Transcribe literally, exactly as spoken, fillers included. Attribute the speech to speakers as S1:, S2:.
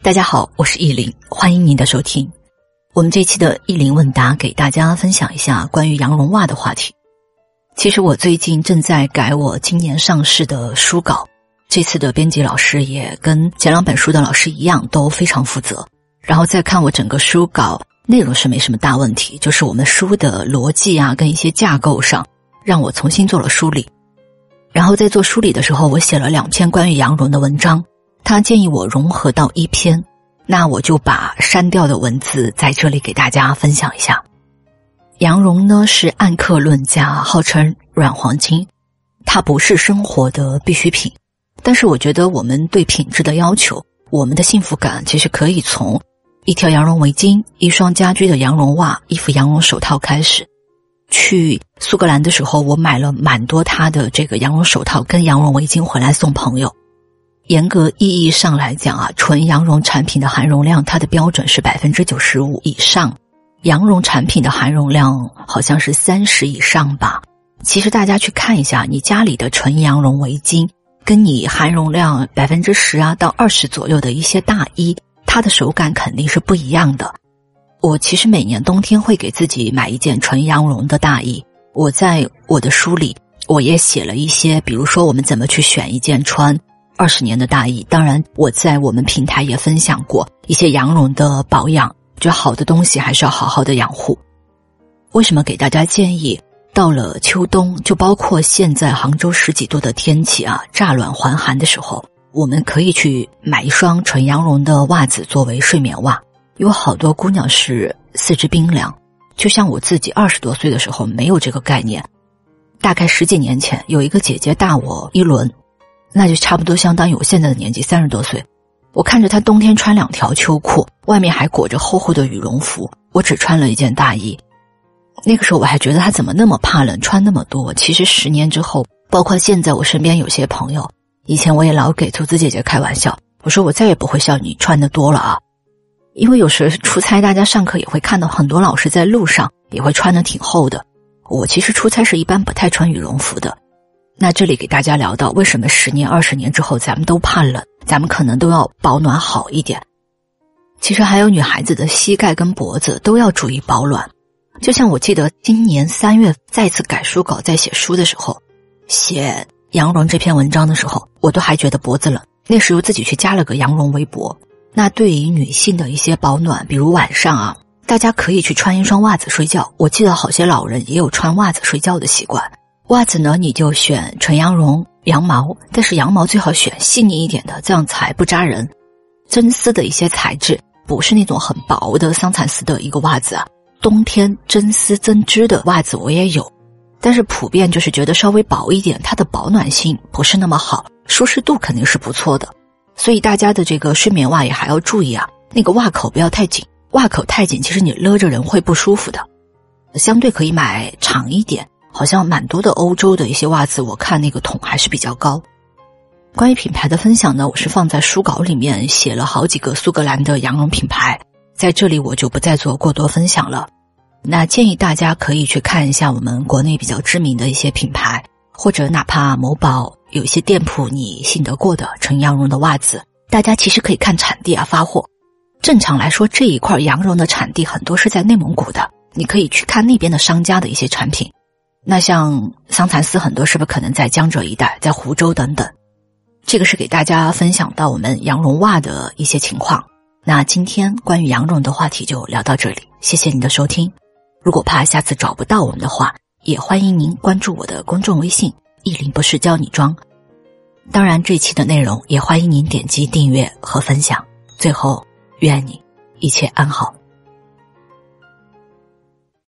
S1: 大家好，我是意林，欢迎您的收听。我们这期的意林问答给大家分享一下关于羊绒袜的话题。其实我最近正在改我今年上市的书稿，这次的编辑老师也跟前两本书的老师一样，都非常负责。然后再看我整个书稿，内容是没什么大问题，就是我们书的逻辑啊跟一些架构上让我重新做了梳理。然后在做梳理的时候，我写了两篇关于羊绒的文章，他建议我融合到一篇，那我就把删掉的文字在这里给大家分享一下。羊绒呢是按克论价，号称软黄金，它不是生活的必需品，但是我觉得我们对品质的要求，我们的幸福感其实可以从一条羊绒围巾、一双家居的羊绒袜、一副羊绒手套开始。去苏格兰的时候，我买了蛮多它的这个羊绒手套跟羊绒围巾回来送朋友。严格意义上来讲啊，纯羊绒产品的含绒量它的标准是 百分之九十五 以上，羊绒产品的含绒量好像是三十以上吧。其实大家去看一下你家里的纯羊绒围巾跟你含绒量 百分之十 啊到二十左右的一些大衣，它的手感肯定是不一样的。我其实每年冬天会给自己买一件纯羊绒的大衣，我在我的书里我也写了一些，比如说我们怎么去选一件穿二十年的大衣。当然我在我们平台也分享过一些羊绒的保养，就好的东西还是要好好的养护。为什么给大家建议到了秋冬，就包括现在杭州十几度的天气啊，乍暖还寒的时候，我们可以去买一双纯羊绒的袜子作为睡眠袜。有好多姑娘是四肢冰凉，就像我自己二十多岁的时候没有这个概念，大概十几年前有一个姐姐大我一轮，那就差不多相当于我现在的年纪，三十多岁。我看着她冬天穿两条秋裤，外面还裹着厚厚的羽绒服，我只穿了一件大衣。那个时候我还觉得她怎么那么怕冷，穿那么多。其实十年之后，包括现在我身边有些朋友，以前我也老给兔子姐姐开玩笑，我说我再也不会像你穿得多了啊。因为有时出差大家上课也会看到很多老师在路上也会穿得挺厚的，我其实出差是一般不太穿羽绒服的。那这里给大家聊到为什么十年二十年之后咱们都怕冷，咱们可能都要保暖好一点。其实还有女孩子的膝盖跟脖子都要注意保暖。就像我记得今年三月再次改书稿，在写书的时候，写羊绒这篇文章的时候，我都还觉得脖子冷，那时候自己去加了个羊绒围脖。那对于女性的一些保暖，比如晚上啊，大家可以去穿一双袜子睡觉。我记得好些老人也有穿袜子睡觉的习惯。袜子呢，你就选纯羊绒、羊毛，但是羊毛最好选细腻一点的，这样才不扎人。真丝的一些材质，不是那种很薄的桑蚕丝的一个袜子啊。冬天真丝针织的袜子我也有，但是普遍就是觉得稍微薄一点，它的保暖性不是那么好，舒适度肯定是不错的。所以大家的这个睡眠袜也还要注意啊，那个袜口不要太紧，袜口太紧其实你勒着人会不舒服的。相对可以买长一点，好像蛮多的欧洲的一些袜子我看那个筒还是比较高。关于品牌的分享呢，我是放在书稿里面写了好几个苏格兰的羊绒品牌，在这里我就不再做过多分享了。那建议大家可以去看一下我们国内比较知名的一些品牌，或者哪怕某宝有一些店铺你信得过的纯羊绒的袜子，大家其实可以看产地啊发货。正常来说这一块羊绒的产地很多是在内蒙古的，你可以去看那边的商家的一些产品。那像桑蚕丝很多是不是可能在江浙一带，在湖州等等。这个是给大家分享到我们羊绒袜的一些情况。那今天关于羊绒的话题就聊到这里，谢谢您的收听。如果怕下次找不到我们的话，也欢迎您关注我的公众微信意林博士教你装。当然这期的内容也欢迎您点击订阅和分享。最后愿你一切安好。